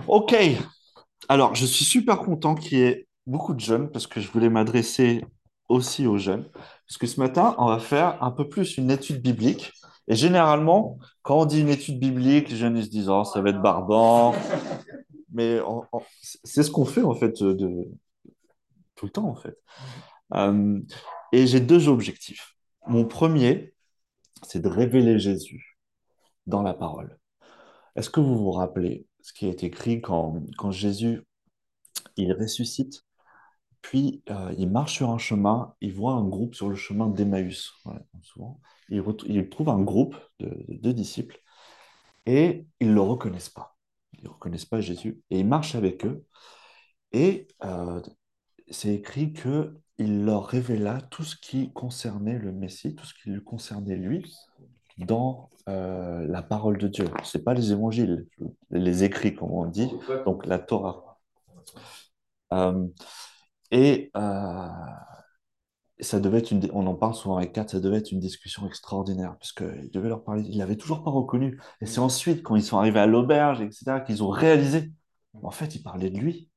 Ok, alors je suis super content qu'il y ait beaucoup de jeunes parce que je voulais m'adresser aussi aux jeunes. Parce que ce matin, on va faire un peu plus une étude biblique. Et généralement, quand on dit une étude biblique, les jeunes ils se disent, oh, ça va être barbant. Mais c'est ce qu'on fait en fait tout le temps en fait. Euh, et j'ai deux objectifs. Mon premier, c'est de révéler Jésus dans la parole. Est-ce que vous vous rappelez ce qui est écrit quand Jésus il ressuscite? Puis, il marche sur un chemin, il voit un groupe sur le chemin d'Emmaüs. Ouais, souvent. Il trouve un groupe de deux disciples et ils ne le reconnaissent pas. Ils ne reconnaissent pas Jésus. Et il marche avec eux et c'est écrit que il leur révéla tout ce qui concernait le Messie, tout ce qui lui concernait lui, dans la parole de Dieu. Ce n'est pas les évangiles, les écrits, comme on dit, donc la Torah. Euh, et ça devait être on en parle souvent avec Kat, ça devait être une discussion extraordinaire, parce qu'il devait leur parler, il l'avait toujours pas reconnu. Et c'est ensuite, quand ils sont arrivés à l'auberge, etc., qu'ils ont réalisé, en fait, il parlait de lui.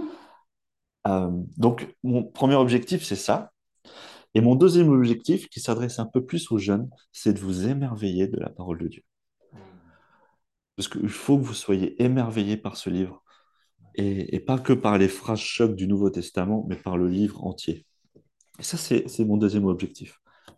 Donc, mon premier objectif, c'est ça. Et mon deuxième objectif, qui s'adresse un peu plus aux jeunes, c'est de vous émerveiller de la parole de Dieu. Parce qu'il faut que vous soyez émerveillés par ce livre, et pas que par les phrases chocs du Nouveau Testament, mais par le livre entier. Et ça, c'est mon deuxième objectif.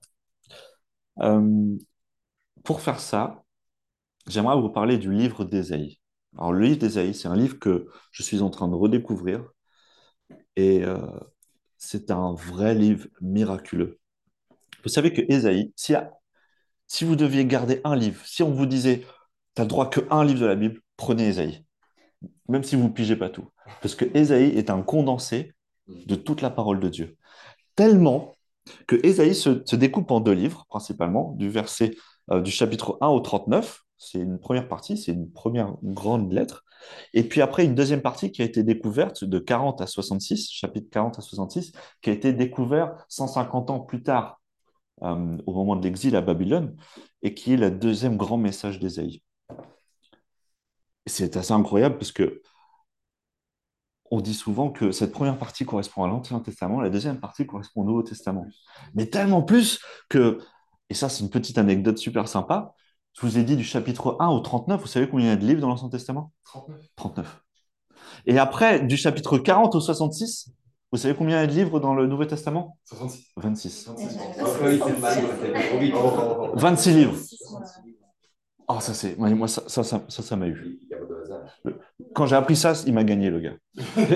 Euh, pour faire ça, j'aimerais vous parler du livre d'Ésaïe. Alors, le livre d'Ésaïe, c'est un livre que je suis en train de redécouvrir et c'est un vrai livre miraculeux. Vous savez que Ésaïe, si vous deviez garder un livre, si on vous disait, tu n'as le droit qu'un livre de la Bible, prenez Ésaïe, même si vous ne pigez pas tout. Parce que Ésaïe est un condensé de toute la parole de Dieu. Tellement que Ésaïe se découpe en deux livres, principalement, du chapitre 1 au 39. C'est une première partie, c'est une première grande lettre. Et puis après, une deuxième partie qui a été découverte de 40 à 66, chapitre 40 à 66, qui a été découvert 150 ans plus tard, au moment de l'exil à Babylone, et qui est le deuxième grand message d'Ésaïe. C'est assez incroyable parce que on dit souvent que cette première partie correspond à l'Ancien Testament, la deuxième partie correspond au Nouveau Testament. Mais tellement plus que, et ça c'est une petite anecdote super sympa, je vous ai dit du chapitre 1 au 39, vous savez combien il y a de livres dans l'Ancien Testament? 39. Et après, du chapitre 40 au 66, vous savez combien il y a de livres dans le Nouveau Testament? 26. 26 livres. Oh, ça c'est. Moi, ça m'a eu. Quand j'ai appris ça, il m'a gagné, le gars.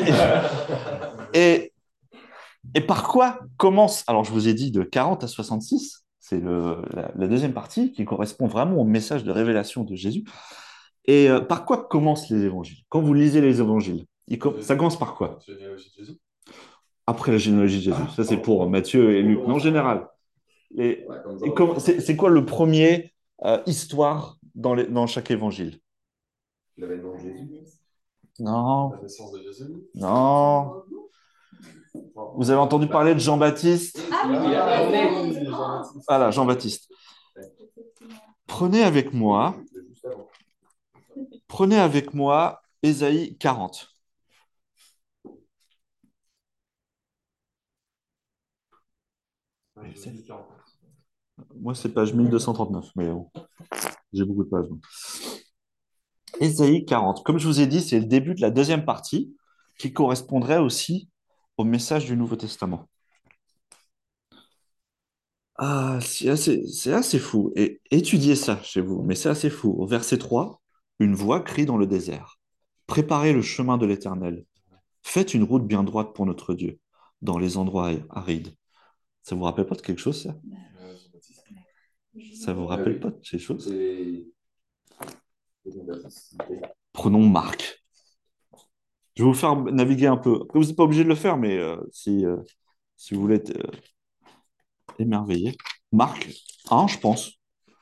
Et, et par quoi commence. Alors, je vous ai dit de 40 à 66, c'est la deuxième partie qui correspond vraiment au message de révélation de Jésus. Et par quoi commencent les évangiles? Quand vous lisez les évangiles, ça commence par quoi? Après la généalogie de Jésus. Ça, c'est pour Matthieu et Luc. Mais en général, c'est quoi le premier histoire dans chaque évangile? L'avènement de Jésus, Non, la naissance de Jésus. non. Vous avez entendu parler de Jean-Baptiste? Ah oui, Jean-Baptiste. Voilà, Jean-Baptiste. Prenez avec moi, Juste avant. prenez avec moi Ésaïe 40. Jésus 40. Moi, c'est page 1239, mais bon, j'ai beaucoup de pages. Donc. Ésaïe 40. Comme je vous ai dit, c'est le début de la deuxième partie qui correspondrait aussi au message du Nouveau Testament. Ah, c'est assez fou. Et étudiez ça chez vous, mais c'est assez fou. Au verset 3, une voix crie dans le désert. Préparez le chemin de l'Éternel. Faites une route bien droite pour notre Dieu, dans les endroits arides. Ça vous rappelle pas de quelque chose, ça? Jean-Baptiste. Ça vous Ah rappelle oui. pas de ces choses? C'est Jean-Baptiste. Prenons Marc. Je vais vous faire naviguer un peu. Après, vous n'êtes pas obligé de le faire, mais si vous voulez être émerveillé. Marc 1, je pense.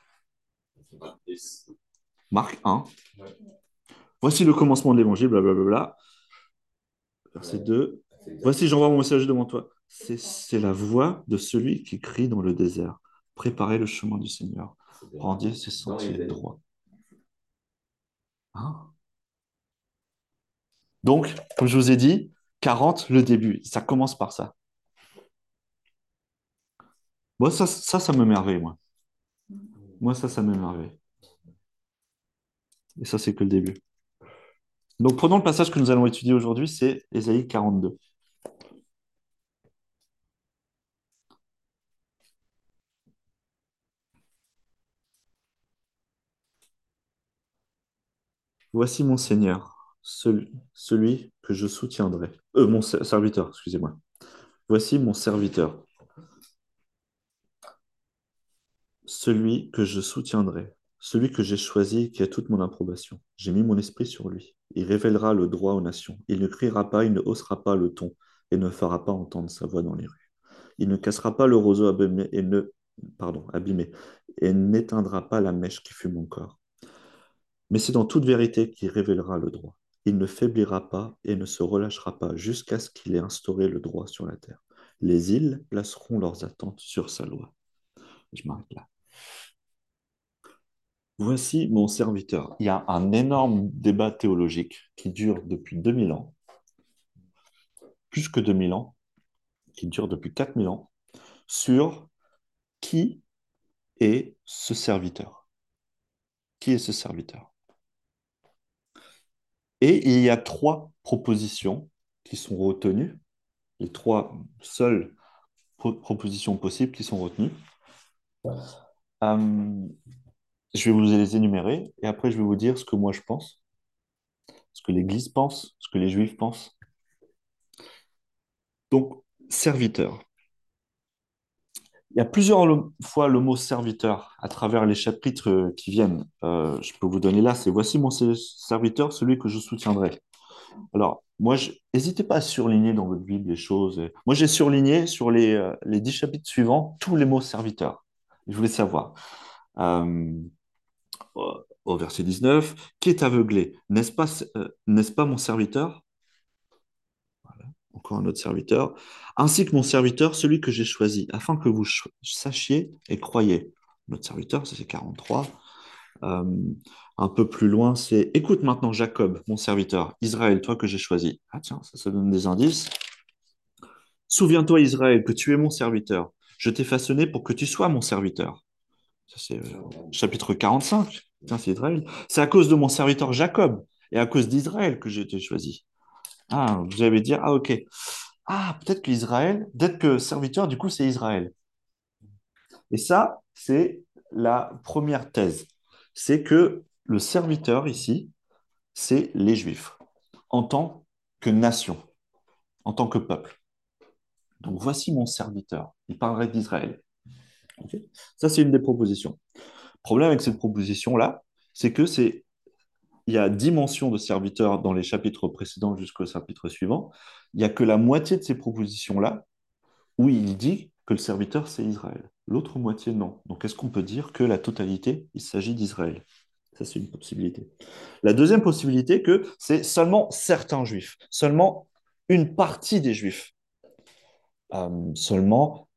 Marc 1. Ouais. Voici le commencement de l'évangile, blablabla. Verset 2. Voici, j'envoie mon message devant toi. C'est la voix de celui qui crie dans le désert. Préparez le chemin du Seigneur. Rendiez ses sentiers droits. Hein? Donc, comme je vous ai dit, 40, le début. Ça commence par ça. Moi, ça me merveille, moi. Moi, ça me merveille. Et ça, c'est que le début. Donc, prenons le passage que nous allons étudier aujourd'hui, c'est Ésaïe 42. Voici mon Seigneur, celui que je soutiendrai. Mon serviteur, excusez-moi. Voici mon serviteur, celui que je soutiendrai, celui que j'ai choisi, qui a toute mon approbation. J'ai mis mon esprit sur lui. Il révélera le droit aux nations. Il ne criera pas, il ne haussera pas le ton, et ne fera pas entendre sa voix dans les rues. Il ne cassera pas le roseau abîmé, et n'éteindra pas la mèche qui fut mon corps. Mais c'est dans toute vérité qu'il révélera le droit. Il ne faiblira pas et ne se relâchera pas jusqu'à ce qu'il ait instauré le droit sur la terre. Les îles placeront leurs attentes sur sa loi. Je m'arrête là. Voici mon serviteur. Il y a un énorme débat théologique qui dure depuis 2000 ans, plus que 2000 ans, qui dure depuis 4000 ans, sur qui est ce serviteur. Qui est ce serviteur? Et il y a trois propositions qui sont retenues, les trois seules propositions possibles qui sont retenues. Euh, je vais vous les énumérer et après je vais vous dire ce que moi je pense, ce que l'Église pense, ce que les Juifs pensent. Donc, serviteur. Il y a plusieurs fois le mot serviteur à travers les chapitres qui viennent. Je peux vous donner là, c'est voici mon serviteur, celui que je soutiendrai. Alors, moi, n'hésitez pas à surligner dans votre Bible les choses. Moi, j'ai surligné sur les 10 chapitres suivants tous les mots serviteur. Je voulais savoir. Euh, au verset 19, qui est aveuglé? N'est-ce pas mon serviteur? Encore un autre serviteur. Ainsi que mon serviteur, celui que j'ai choisi, afin que vous sachiez et croyez. Notre serviteur, ça c'est 43. Euh, un peu plus loin, c'est écoute maintenant Jacob, mon serviteur, Israël, toi que j'ai choisi. Ah tiens, ça donne des indices. Souviens-toi, Israël, que tu es mon serviteur. Je t'ai façonné pour que tu sois mon serviteur. Ça, c'est chapitre 45. Tiens, c'est Israël. C'est à cause de mon serviteur Jacob et à cause d'Israël que j'ai été choisi. Ah, vous allez dire, ah ok. Ah, peut-être que serviteur, du coup, c'est Israël. Et ça, c'est la première thèse. C'est que le serviteur ici, c'est les Juifs, en tant que nation, en tant que peuple. Donc voici mon serviteur. Il parlerait d'Israël. Ok. Ça, c'est une des propositions. Le problème avec cette proposition-là, c'est que il y a 10 mentions de serviteurs dans les chapitres précédents jusqu'au chapitre suivant. Il n'y a que la moitié de ces propositions-là où il dit que le serviteur, c'est Israël. L'autre moitié, non. Donc, est-ce qu'on peut dire que la totalité, il s'agit d'Israël? Ça, c'est une possibilité. La deuxième possibilité, que c'est seulement certains juifs, seulement une partie des juifs, seulement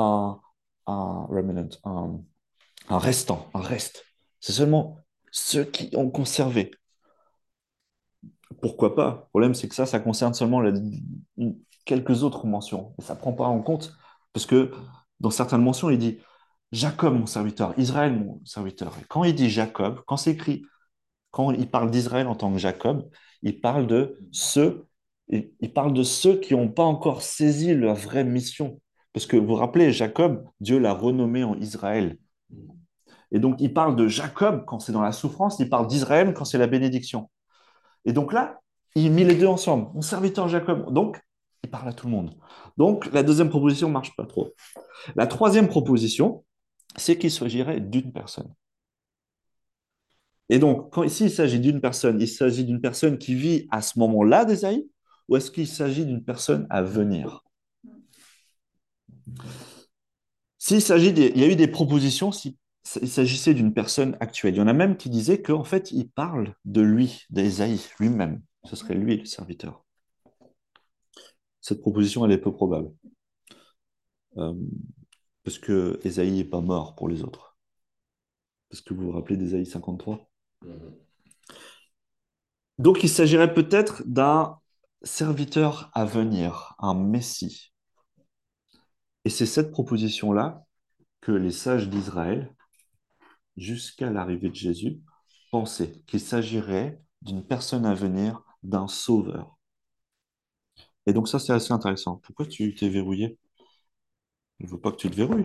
un remnant, un restant, un reste. C'est seulement ceux qui ont conservé. Pourquoi pas? Le problème, c'est que ça concerne seulement quelques autres mentions. Et ça ne prend pas en compte, parce que dans certaines mentions, il dit Jacob, mon serviteur, Israël, mon serviteur. Et quand il dit Jacob, quand c'est écrit, quand il parle d'Israël en tant que Jacob, il parle de il parle de ceux qui n'ont pas encore saisi leur vraie mission. Parce que vous vous rappelez, Jacob, Dieu l'a renommé en Israël. Et donc, il parle de Jacob quand c'est dans la souffrance, il parle d'Israël quand c'est la bénédiction. Et donc là, il met les deux ensemble. Mon serviteur Jacob. Donc, il parle à tout le monde. Donc, la deuxième proposition ne marche pas trop. La troisième proposition, c'est qu'il s'agirait d'une personne. Et donc, quand ici il s'agit d'une personne, il s'agit d'une personne qui vit à ce moment-là d'Ésaïe, ou est-ce qu'il s'agit d'une personne à venir? Il y a eu des propositions si il s'agissait d'une personne actuelle. Il y en a même qui disaient qu'en fait, il parle de lui, d'Ésaïe lui-même. Ce serait lui le serviteur. Cette proposition, elle est peu probable. Euh, parce que Ésaïe n'est pas mort pour les autres. Parce que vous vous rappelez d'Ésaïe 53? Mhm. Donc, il s'agirait peut-être d'un serviteur à venir, un Messie. Et c'est cette proposition-là que les sages d'Israël, jusqu'à l'arrivée de Jésus, pensaient qu'il s'agirait d'une personne à venir, d'un sauveur. Et donc ça, c'est assez intéressant. Pourquoi tu t'es verrouillé? Je ne veux pas que tu te verrouilles.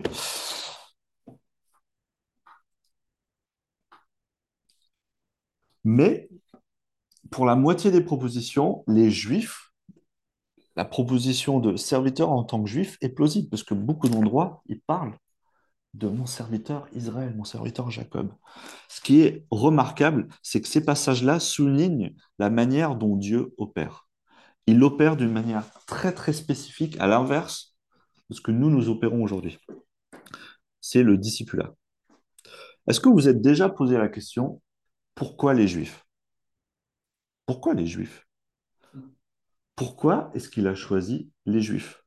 Mais pour la moitié des propositions, les Juifs, la proposition de serviteur en tant que Juif est plausible, parce que beaucoup d'endroits, ils parlent de mon serviteur Israël, mon serviteur Jacob. Ce qui est remarquable, c'est que ces passages-là soulignent la manière dont Dieu opère. Il opère d'une manière très très spécifique, à l'inverse de ce que nous opérons aujourd'hui. C'est le discipulat. Est-ce que vous êtes déjà posé la question, pourquoi les Juifs? Pourquoi les Juifs? Pourquoi est-ce qu'il a choisi les Juifs?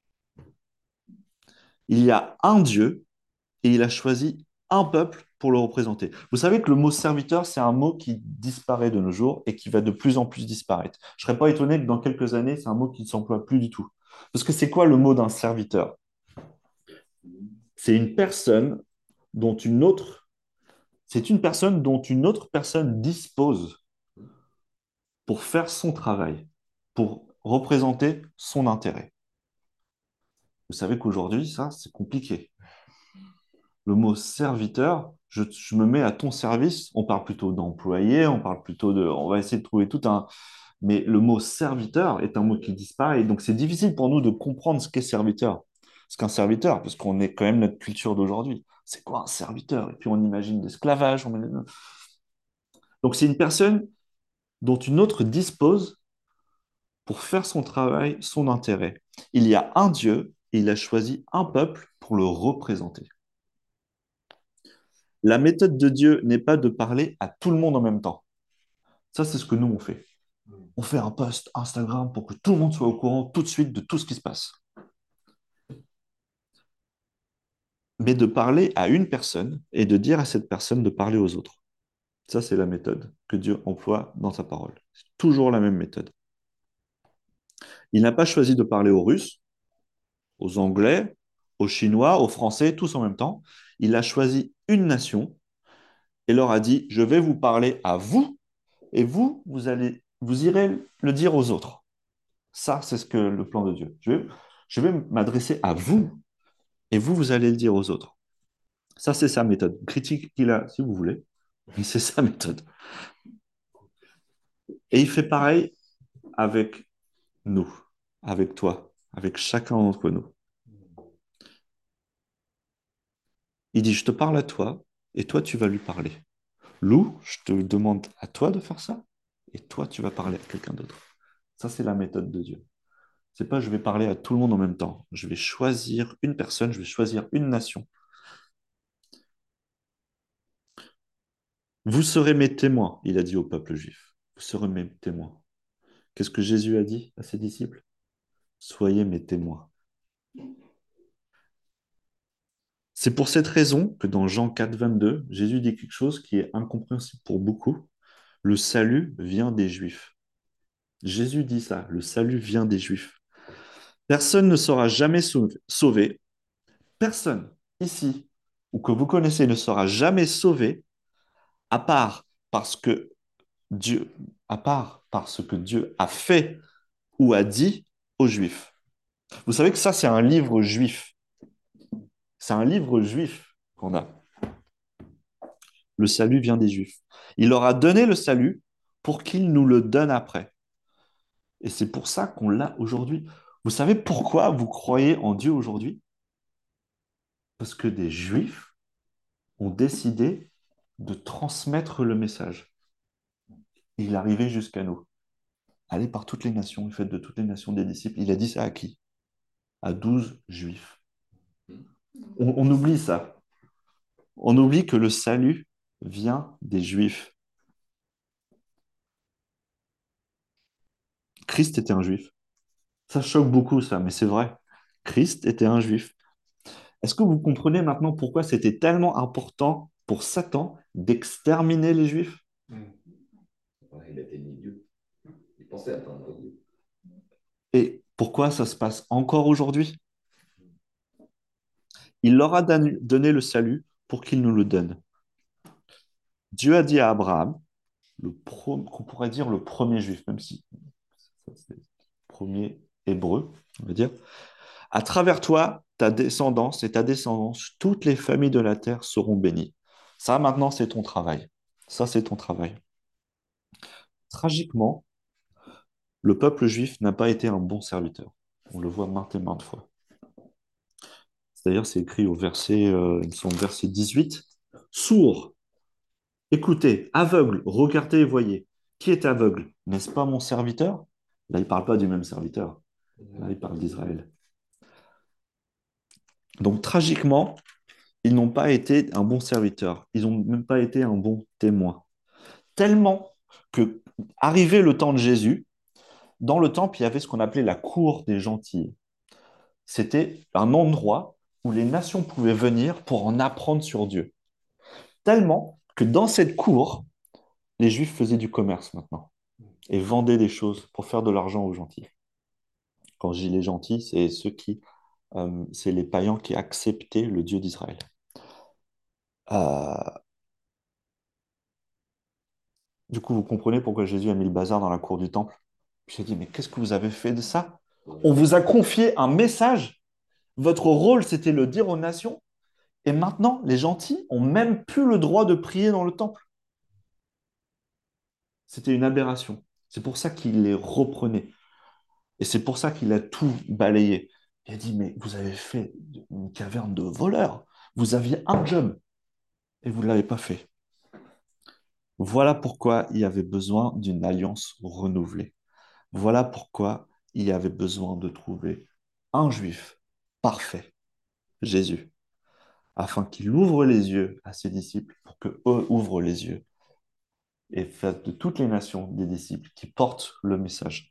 Il y a un Dieu et il a choisi un peuple pour le représenter. Vous savez que le mot serviteur, c'est un mot qui disparaît de nos jours et qui va de plus en plus disparaître. Je ne serais pas étonné que dans quelques années, c'est un mot qui ne s'emploie plus du tout. Parce que c'est quoi le mot d'un serviteur? C'est une personne dont une autre, c'est une personne dont une autre personne dispose pour faire son travail, pour représenter son intérêt. Vous savez qu'aujourd'hui, ça, c'est compliqué. Le mot serviteur, je me mets à ton service. On parle plutôt d'employé, on parle plutôt de. On va essayer de trouver tout un. Mais le mot serviteur est un mot qui disparaît. Donc, c'est difficile pour nous de comprendre ce qu'est serviteur. Ce qu'un serviteur, parce qu'on est quand même notre culture d'aujourd'hui. C'est quoi un serviteur? Et puis, on imagine l'esclavage. Donc, c'est une personne dont une autre dispose pour faire son travail, son intérêt. Il y a un Dieu et il a choisi un peuple pour le représenter. La méthode de Dieu n'est pas de parler à tout le monde en même temps. Ça, c'est ce que nous, on fait. On fait un post Instagram pour que tout le monde soit au courant tout de suite de tout ce qui se passe. Mais de parler à une personne et de dire à cette personne de parler aux autres. Ça, c'est la méthode que Dieu emploie dans sa parole. C'est toujours la même méthode. Il n'a pas choisi de parler aux Russes, aux Anglais, aux Chinois, aux Français, tous en même temps. Il a choisi une nation et leur a dit, je vais vous parler à vous et vous, vous irez le dire aux autres. Ça, c'est ce que le plan de Dieu. Je vais m'adresser à vous et vous, vous allez le dire aux autres. Ça, c'est sa méthode. Critique qu'il a, si vous voulez, mais c'est sa méthode. Et il fait pareil avec nous, avec toi, avec chacun d'entre nous. Il dit, je te parle à toi et toi, tu vas lui parler. Lou, je te demande à toi de faire ça et toi, tu vas parler à quelqu'un d'autre. Ça, c'est la méthode de Dieu. C'est pas je vais parler à tout le monde en même temps. Je vais choisir une personne, je vais choisir une nation. Vous serez mes témoins, il a dit au peuple juif. Vous serez mes témoins. Qu'est-ce que Jésus a dit à ses disciples? Soyez mes témoins. C'est pour cette raison que dans Jean 4, 22, Jésus dit quelque chose qui est incompréhensible pour beaucoup. Le salut vient des Juifs. Jésus dit ça, le salut vient des Juifs. Personne ne sera jamais sauvé. Personne ici ou que vous connaissez ne sera jamais sauvé à part parce que Dieu, à part parce que Dieu a fait ou a dit aux Juifs. Vous savez que ça, c'est un livre juif. C'est un livre juif qu'on a. Le salut vient des Juifs. Il leur a donné le salut pour qu'ils nous le donnent après. Et c'est pour ça qu'on l'a aujourd'hui. Vous savez pourquoi vous croyez en Dieu aujourd'hui? Parce que des Juifs ont décidé de transmettre le message. Et il est arrivé jusqu'à nous. Allez par toutes les nations, et faites de toutes les nations des disciples. Il a dit ça à qui? À 12 Juifs. On oublie ça. On oublie que le salut vient des Juifs. Christ était un Juif. Ça choque beaucoup, ça, mais c'est vrai. Christ était un Juif. Est-ce que vous comprenez maintenant pourquoi c'était tellement important pour Satan d'exterminer les Juifs? Ouais, il atteignait Dieu. Il pensait atteindre Dieu. Et pourquoi ça se passe encore aujourd'hui? Il leur a donné le salut pour qu'il nous le donne. Dieu a dit à Abraham, qu'on pourrait dire le premier juif, même si c'est le premier hébreu, on va dire, à travers toi, ta descendance et ta descendance, toutes les familles de la terre seront bénies. Ça, maintenant, c'est ton travail. Ça, c'est ton travail. Tragiquement, le peuple juif n'a pas été un bon serviteur. On le voit maintes et maintes fois. D'ailleurs, c'est écrit au verset, il me semble, verset 18. Sourd, écoutez, aveugle, regardez et voyez. Qui est aveugle? N'est-ce pas mon serviteur? Là, il ne parle pas du même serviteur. Là, il parle d'Israël. Donc, tragiquement, ils n'ont pas été un bon serviteur. Ils n'ont même pas été un bon témoin. Tellement que, arrivé le temps de Jésus, dans le temple, il y avait ce qu'on appelait la cour des gentils. C'était un endroit où les nations pouvaient venir pour en apprendre sur Dieu. Tellement que dans cette cour, les Juifs faisaient du commerce maintenant et vendaient des choses pour faire de l'argent aux gentils. Quand je dis les gentils, c'est c'est les païens qui acceptaient le Dieu d'Israël. Euh, du coup, vous comprenez pourquoi Jésus a mis le bazar dans la cour du temple. J'ai dit, mais qu'est-ce que vous avez fait de ça? On vous a confié un message. Votre rôle, c'était le dire aux nations. Et maintenant, les gentils ont même plus le droit de prier dans le temple. C'était une aberration. C'est pour ça qu'il les reprenait. Et c'est pour ça qu'il a tout balayé. Il a dit, mais vous avez fait une caverne de voleurs. Vous aviez un job et vous ne l'avez pas fait. Voilà pourquoi il y avait besoin d'une alliance renouvelée. Voilà pourquoi il y avait besoin de trouver un juif parfait, Jésus, afin qu'il ouvre les yeux à ses disciples pour qu'eux ouvrent les yeux et fassent de toutes les nations des disciples qui portent le message.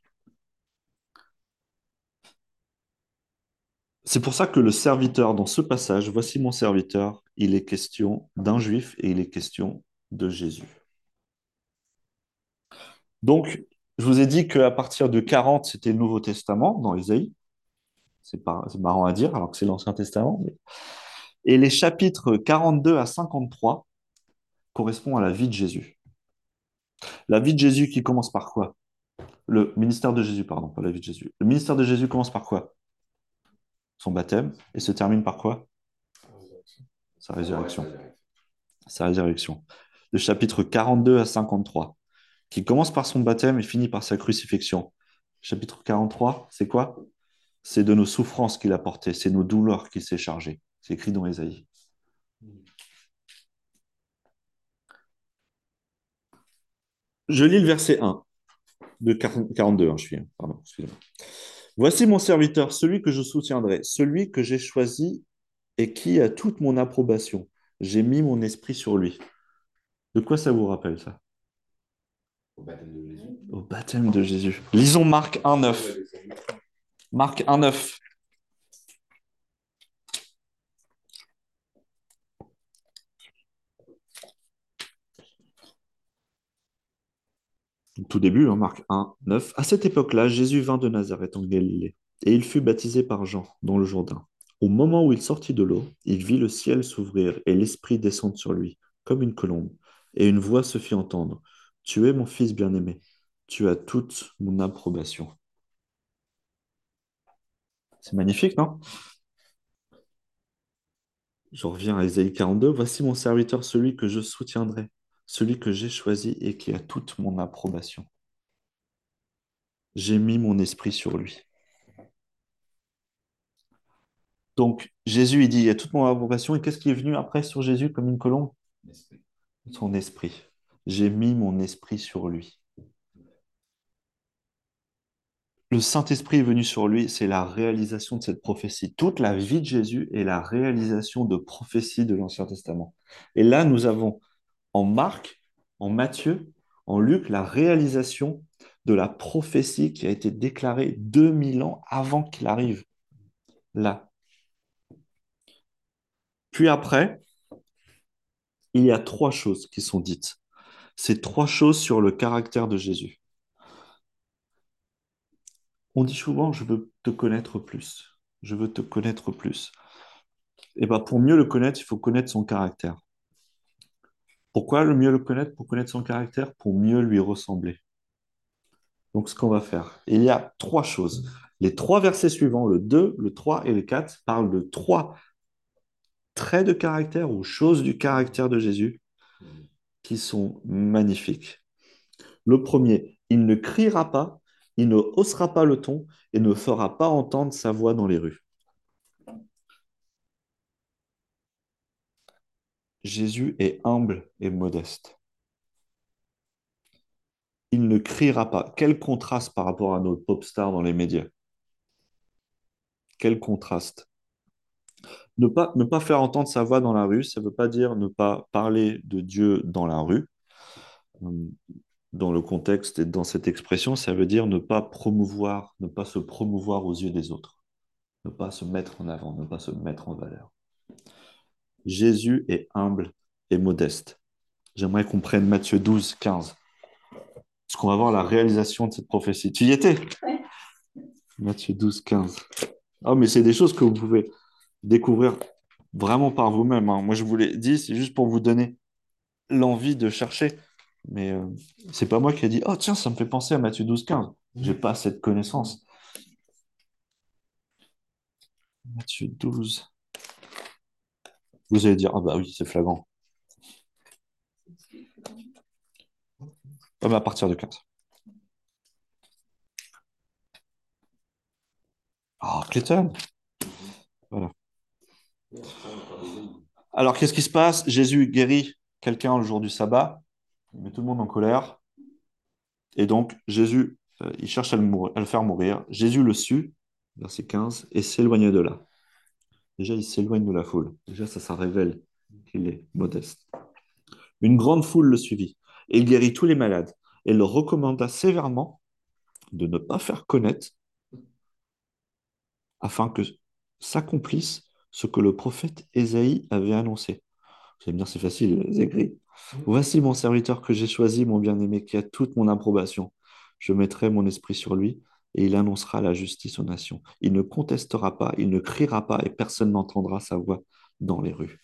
C'est pour ça que le serviteur, dans ce passage, voici mon serviteur, il est question d'un juif et il est question de Jésus. Donc, je vous ai dit qu'à partir de 40, c'était le Nouveau Testament dans Ésaïe. C'est marrant à dire, alors que c'est l'Ancien Testament. Et les chapitres 42 à 53 correspondent à la vie de Jésus. La vie de Jésus qui commence par quoi? Le ministère de Jésus, pardon, pas la vie de Jésus. Le ministère de Jésus commence par quoi? Son baptême. Et se termine par quoi? Sa résurrection. Sa résurrection. Le chapitre 42 à 53, qui commence par son baptême et finit par sa crucifixion. Chapitre 43, c'est quoi? C'est de nos souffrances qu'il a portées, c'est nos douleurs qu'il s'est chargé. C'est écrit dans Ésaïe. Je lis le verset 1 de 42, hein, je suis, pardon, excusez-moi. Voici mon serviteur, celui que je soutiendrai, celui que j'ai choisi et qui a toute mon approbation. J'ai mis mon esprit sur lui. De quoi ça vous rappelle ça? Au baptême de Jésus. Au baptême de Jésus. Lisons Marc 1,9. Marc 1,9. Tout début, hein, Marc 1, 9. À cette époque-là, Jésus vint de Nazareth en Galilée, et il fut baptisé par Jean dans le Jourdain. Au moment où il sortit de l'eau, il vit le ciel s'ouvrir et l'Esprit descendre sur lui, comme une colombe, et une voix se fit entendre. Tu es mon fils bien-aimé, tu as toute mon approbation. C'est magnifique, non? Je reviens à Ésaïe 42. Voici mon serviteur, celui que je soutiendrai, celui que j'ai choisi et qui a toute mon approbation. J'ai mis mon esprit sur lui. Donc, Jésus, il dit, il y a toute mon approbation. Et qu'est-ce qui est venu après sur Jésus comme une colombe? L'esprit. Son esprit. J'ai mis mon esprit sur lui. Le Saint-Esprit est venu sur lui, c'est la réalisation de cette prophétie. Toute la vie de Jésus est la réalisation de prophéties de l'Ancien Testament. Et là, nous avons en Marc, en Matthieu, en Luc, la réalisation de la prophétie qui a été déclarée 2000 ans avant qu'il arrive là. Puis après, il y a trois choses qui sont dites. C'est trois choses sur le caractère de Jésus. On dit souvent, je veux te connaître plus. Je veux te connaître plus. Et ben, pour mieux le connaître, il faut connaître son caractère. Pourquoi le mieux le connaître? Pour connaître son caractère, pour mieux lui ressembler. Donc, ce qu'on va faire, il y a trois choses. Les trois versets suivants, le 2, le 3 et le 4, parlent de trois traits de caractère ou choses du caractère de Jésus qui sont magnifiques. Le premier, il ne criera pas, il ne haussera pas le ton et ne fera pas entendre sa voix dans les rues. Jésus est humble et modeste. Il ne criera pas. Quel contraste par rapport à notre pop star dans les médias. Quel contraste. Ne pas faire entendre sa voix dans la rue, ça ne veut pas dire ne pas parler de Dieu dans la rue. Euh, Dans le contexte et dans cette expression, ça veut dire ne pas promouvoir, ne pas se promouvoir aux yeux des autres, ne pas se mettre en avant, ne pas se mettre en valeur. Jésus est humble et modeste. J'aimerais qu'on prenne Matthieu 12, 15, parce qu'on va voir la réalisation de cette prophétie. Tu y étais? Ouais. Matthieu 12, 15. Ah, mais c'est des choses que vous pouvez découvrir vraiment par vous-même, hein. Moi, je vous l'ai dit, c'est juste pour vous donner l'envie de chercher. Mais c'est pas moi qui ai dit, oh tiens, ça me fait penser à Matthieu 12, 15. J'ai pas cette connaissance. Matthieu 12. Vous allez dire, ah bah oui, c'est flagrant. Ah bah à partir de 15. Ah, Clayton. Voilà. Alors, qu'est-ce qui se passe? Jésus guérit quelqu'un le jour du sabbat. Il met tout le monde en colère. Et donc, Jésus, il cherche à le faire mourir. Jésus le sut, verset 15, et s'éloigne de là. Déjà, il s'éloigne de la foule. Déjà, ça révèle qu'il est modeste. Une grande foule le suivit. Et il guérit tous les malades et leur recommanda sévèrement de ne pas faire connaître afin que s'accomplisse ce que le prophète Ésaïe avait annoncé. Vous allez me dire, c'est facile, Zéchri. Voici mon serviteur que j'ai choisi, mon bien-aimé, qui a toute mon approbation. Je mettrai mon esprit sur lui et il annoncera la justice aux nations. Il ne contestera pas, il ne criera pas et personne n'entendra sa voix dans les rues.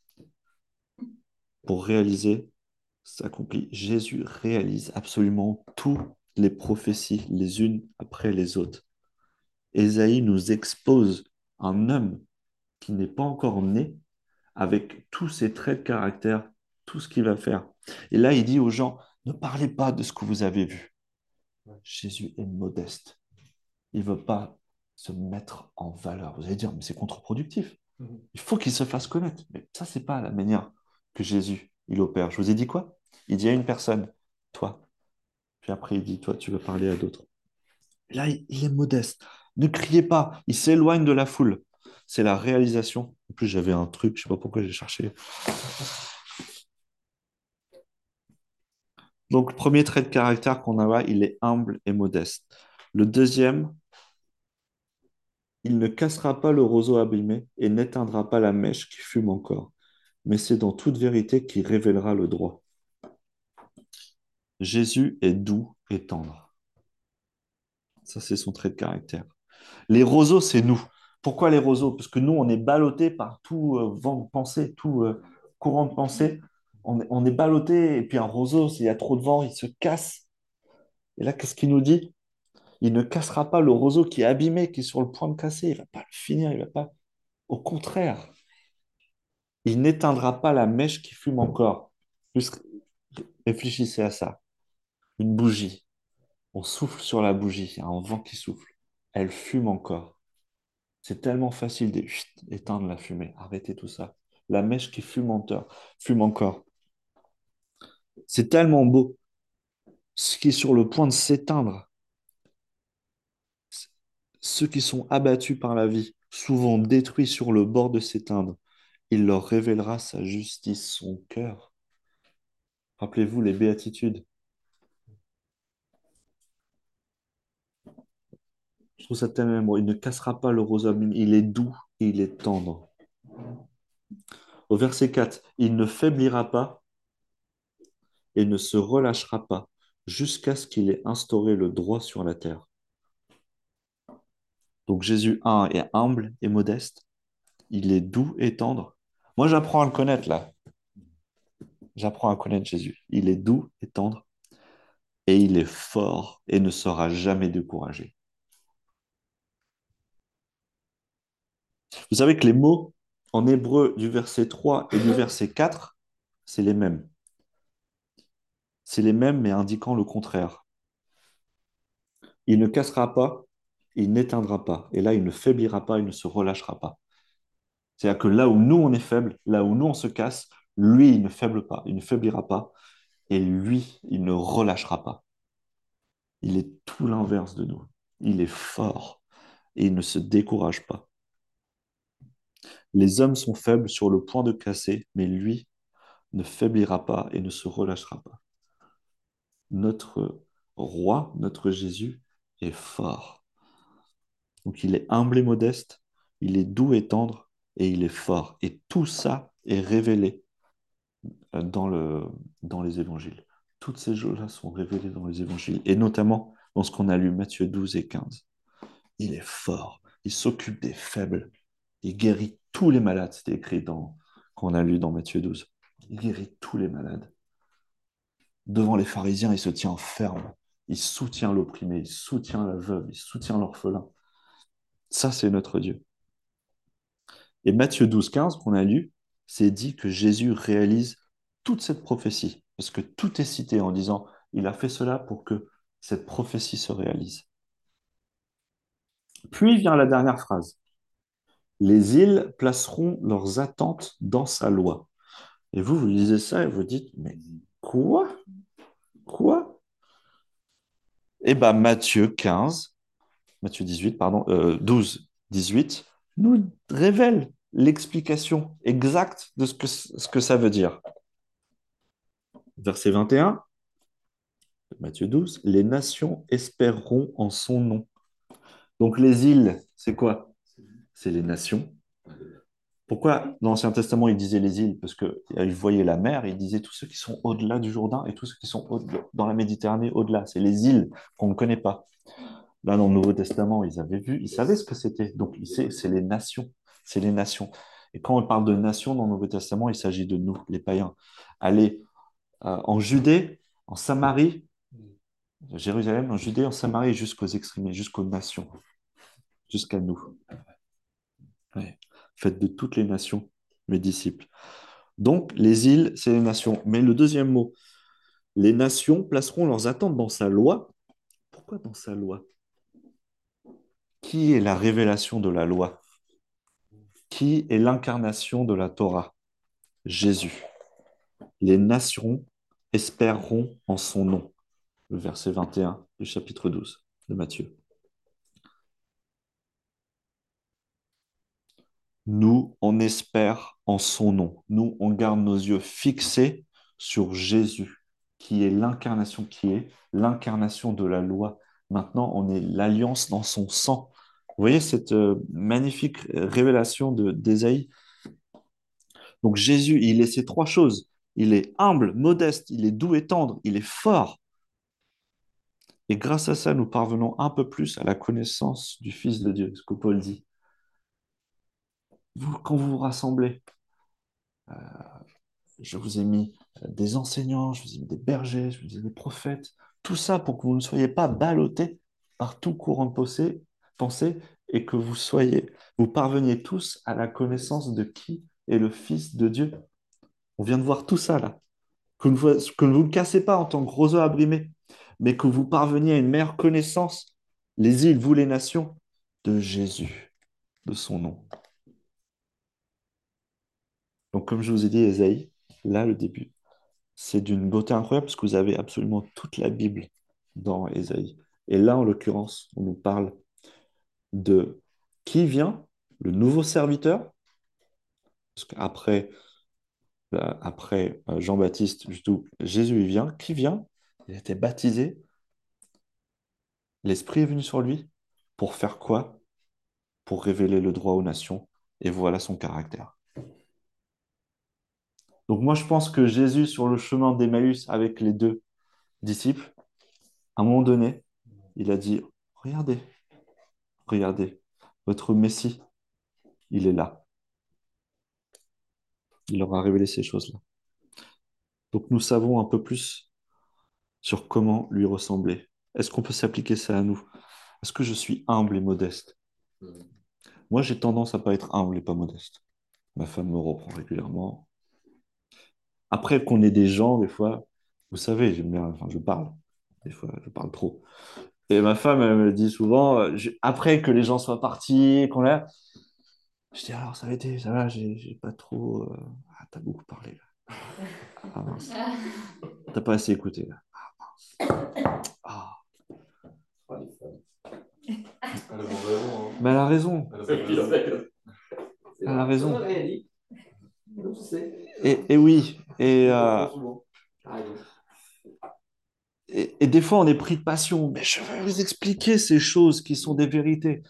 Pour réaliser, s'accomplit. Jésus réalise absolument toutes les prophéties les unes après les autres. Ésaïe nous expose un homme qui n'est pas encore né avec tous ses traits de caractère, tout ce qu'il va faire. Et là, il dit aux gens, ne parlez pas de ce que vous avez vu. Jésus est modeste. Il ne veut pas se mettre en valeur. Vous allez dire, mais c'est contre-productif. Il faut qu'il se fasse connaître. Mais ça, c'est pas la manière que Jésus, il opère. Je vous ai dit quoi? Il dit à une personne, toi. Puis après, il dit, toi, tu vas parler à d'autres. Là, il est modeste. Ne criez pas. Il s'éloigne de la foule. C'est la réalisation. En plus, j'avais un truc, je ne sais pas pourquoi j'ai cherché. Donc, le premier trait de caractère qu'on a là, il est humble et modeste. Le deuxième, il ne cassera pas le roseau abîmé et n'éteindra pas la mèche qui fume encore. Mais c'est dans toute vérité qu'il révélera le droit. Jésus est doux et tendre. Ça, c'est son trait de caractère. Les roseaux, c'est nous. Pourquoi les roseaux? Parce que nous, on est ballotté par tout vent de pensée, tout courant de pensée. On est ballotté, et puis un roseau, s'il y a trop de vent, il se casse. Et là, qu'est-ce qu'il nous dit? Il ne cassera pas le roseau qui est abîmé, qui est sur le point de casser. Il ne va pas le finir, il va pas. Au contraire, il n'éteindra pas la mèche qui fume encore. Juste réfléchissez à ça. Une bougie. On souffle sur la bougie, il y a un vent qui souffle. Elle fume encore. C'est tellement facile d'éteindre la fumée. Arrêtez tout ça. La mèche qui fume encore. C'est tellement beau. Ce qui est sur le point de s'éteindre, ceux qui sont abattus par la vie, souvent détruits sur le bord de s'éteindre, il leur révélera sa justice, son cœur. Rappelez-vous les béatitudes. Je trouve ça tellement beau. Il ne cassera pas le roseau, il est doux et il est tendre. Au verset 4, il ne faiblira pas et ne se relâchera pas jusqu'à ce qu'il ait instauré le droit sur la terre. Donc Jésus, un, est humble et modeste, il est doux et tendre. Moi, j'apprends à le connaître là. J'apprends à connaître Jésus. Il est doux et tendre et il est fort et ne sera jamais découragé. Vous savez que les mots en hébreu du verset 3 et du verset 4, c'est les mêmes. C'est les mêmes mais indiquant le contraire. Il ne cassera pas, il n'éteindra pas. Et là, il ne faiblira pas, il ne se relâchera pas. C'est-à-dire que là où nous, on est faible, là où nous, on se casse, lui, il ne faible pas, il ne faiblira pas. Et lui, il ne relâchera pas. Il est tout l'inverse de nous. Il est fort et il ne se décourage pas. Les hommes sont faibles sur le point de casser, mais lui ne faiblira pas et ne se relâchera pas. Notre roi, notre Jésus, est fort. Donc il est humble et modeste, il est doux et tendre, et il est fort. Et tout ça est révélé dans dans les évangiles. Toutes ces choses-là sont révélées dans les évangiles, et notamment dans ce qu'on a lu, Matthieu 12 et 15. Il est fort, il s'occupe des faibles, il guérit tous les malades. C'était écrit dans qu'on a lu dans Matthieu 12. Il guérit tous les malades. Devant les pharisiens, il se tient ferme. Il soutient l'opprimé, il soutient la veuve, il soutient l'orphelin. Ça, c'est notre Dieu. Et Matthieu 12, 15, qu'on a lu, c'est dit que Jésus réalise toute cette prophétie. Parce que tout est cité en disant, il a fait cela pour que cette prophétie se réalise. Puis vient la dernière phrase. Les îles placeront leurs attentes dans sa loi. Et vous lisez ça et vous dites, mais quoi? Quoi? Eh bien, Matthieu 18, pardon, 12, 18, nous révèle l'explication exacte de ce que ça veut dire. Verset 21, Matthieu 12, les nations espéreront en son nom. Donc les îles, c'est quoi? C'est les nations. Pourquoi dans l'Ancien Testament il disait les îles? Parce qu'il voyait la mer, et il disait tous ceux qui sont au-delà du Jourdain et tous ceux qui sont dans la Méditerranée au-delà. C'est les îles qu'on ne connaît pas. Là, dans le Nouveau Testament, ils avaient vu, ils savaient ce que c'était. Donc, c'est les nations. C'est les nations. Et quand on parle de nations dans le Nouveau Testament, il s'agit de nous, les païens. Aller en Judée, en Samarie, Jérusalem, en Judée, en Samarie, jusqu'aux exprimés, jusqu'aux nations, jusqu'à nous. Ouais. Faites de toutes les nations mes disciples. Donc, les îles, c'est les nations. Mais le deuxième mot, les nations placeront leurs attentes dans sa loi. Pourquoi dans sa loi? Qui est la révélation de la loi? Qui est l'incarnation de la Torah? Jésus. Les nations espéreront en son nom. Le verset 21 du chapitre 12 de Matthieu. Nous, on espère en son nom. Nous, on garde nos yeux fixés sur Jésus, qui est l'incarnation, qui est l'incarnation de la loi. Maintenant, on est l'alliance dans son sang. Vous voyez cette magnifique révélation d'Ésaïe? Donc Jésus, il est ces trois choses. Il est humble, modeste, il est doux et tendre, il est fort. Et grâce à ça, nous parvenons un peu plus à la connaissance du Fils de Dieu, ce que Paul dit. Vous, quand vous vous rassemblez, je vous ai mis des enseignants, je vous ai mis des bergers, je vous ai mis des prophètes, tout ça pour que vous ne soyez pas ballottés par tout courant de pensée et que vous parveniez tous à la connaissance de qui est le Fils de Dieu. On vient de voir tout ça là. Que vous ne cassez pas en tant que roseau abrimé, mais que vous parveniez à une meilleure connaissance, les îles, vous les nations, de Jésus, de son nom. Donc, comme je vous ai dit, Ésaïe, là, le début, c'est d'une beauté incroyable parce que vous avez absolument toute la Bible dans Ésaïe. Et là, en l'occurrence, on nous parle de qui vient, le nouveau serviteur, parce qu'après Jean-Baptiste, justement, Jésus, il vient. Qui vient? Il a été baptisé. L'Esprit est venu sur lui pour faire quoi? Pour révéler le droit aux nations. Et voilà son caractère. Donc moi, je pense que Jésus, sur le chemin d'Emmaüs avec les deux disciples, à un moment donné, il a dit, regardez, regardez, votre Messie, il est là. Il leur a révélé ces choses-là. Donc nous savons un peu plus sur comment lui ressembler. Est-ce qu'on peut s'appliquer ça à nous? Est-ce que je suis humble et modeste? Moi, j'ai tendance à pas être humble et pas modeste. Ma femme me reprend régulièrement. Après qu'on ait des gens, des fois, vous savez, j'aime bien, enfin, je parle. Des fois, je parle trop. Et ma femme, elle me dit souvent, après que les gens soient partis, qu'on l'a, je dis alors, ça a été, ça va, j'ai pas trop. Ah, t'as beaucoup parlé là. Ah mince, t'as pas assez écouté là. Ah, Ah, les femmes. Elles ont raison, hein. mais elle a raison, Elles ont raison. C'est elle a vrai. C'est raison. vrai, Yannick. Je sais. Et oui, Souvent. Ah, raison. et des fois on est pris de passion, mais je vais vous expliquer ces choses qui sont des vérités.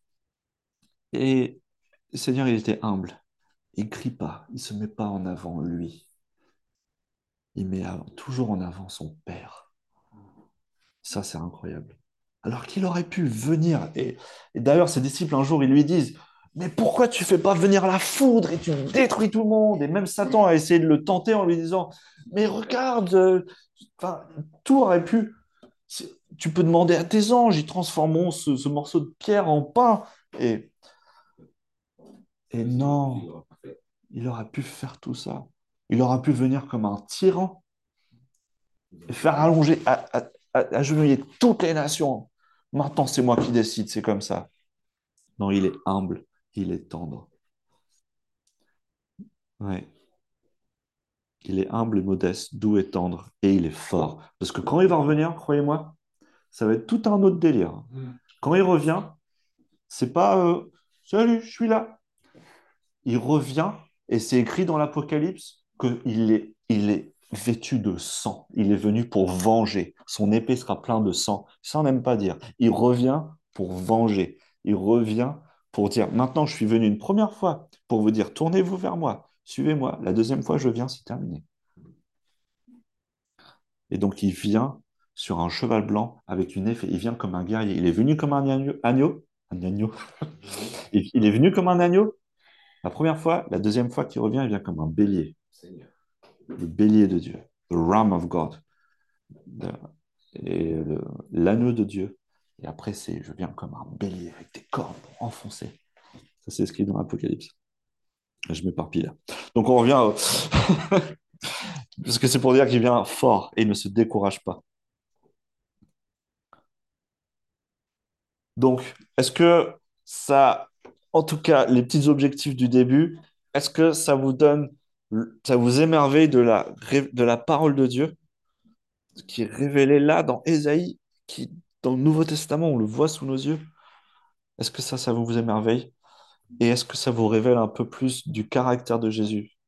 Et le Seigneur, il était humble. Il crie pas, il se met pas en avant lui. Il met toujours en avant son Père. Ça, c'est incroyable. Alors qu'il aurait pu venir. Et d'ailleurs, ses disciples, un jour, ils lui disent, mais pourquoi tu fais pas venir la foudre et tu détruis tout le monde? Et même Satan a essayé de le tenter en lui disant, mais regarde, enfin, tout aurait pu. Tu peux demander à tes anges, ils transformeront ce morceau de pierre en pain. Et, et Mais sinon, non, il l'aura pas fait. il aurait pu faire tout ça. Il aurait pu venir comme un tyran Ils et ont faire fait. allonger, agenouiller toutes les nations. Maintenant, c'est moi qui décide, c'est comme ça. Non, il est humble, il est tendre. Ouais. Il est humble et modeste, doux et tendre, et il est fort. Parce que quand il va revenir, croyez-moi, ça va être tout un autre délire. Quand il revient, c'est pas salut, je suis là. Il revient, et c'est écrit dans l'Apocalypse il est vêtu de sang. Il est venu pour venger. Son épée sera pleine de sang. Ça, on n'aime pas dire. Il revient pour venger. Il revient pour dire, maintenant, je suis venu une première fois pour vous dire, tournez-vous vers moi, suivez-moi. La deuxième fois, je viens, c'est terminé. Et donc, il vient sur un cheval blanc avec une épée. Il vient comme un guerrier. Il est venu comme un agneau. Un agneau. Il est venu comme un agneau la première fois. La deuxième fois qu'il revient, il vient comme un bélier. Seigneur. Le bélier de Dieu. The Ram of God. Le- Et l'agneau de Dieu. Et après, c'est je viens comme un bélier avec des cornes pour enfoncer. Ça, c'est écrit dans l'Apocalypse. Je m'éparpille là. Donc, on revient. Parce que c'est pour dire qu'il vient fort et il ne se décourage pas. Donc, est-ce que ça, en tout cas, les petits objectifs du début, est-ce que ça vous donne, ça vous émerveille de la parole de Dieu qui est révélée là dans Ésaïe, qui dans le Nouveau Testament, on le voit sous nos yeux? Est-ce que ça vous émerveille? Et est-ce que ça vous révèle un peu plus du caractère de Jésus?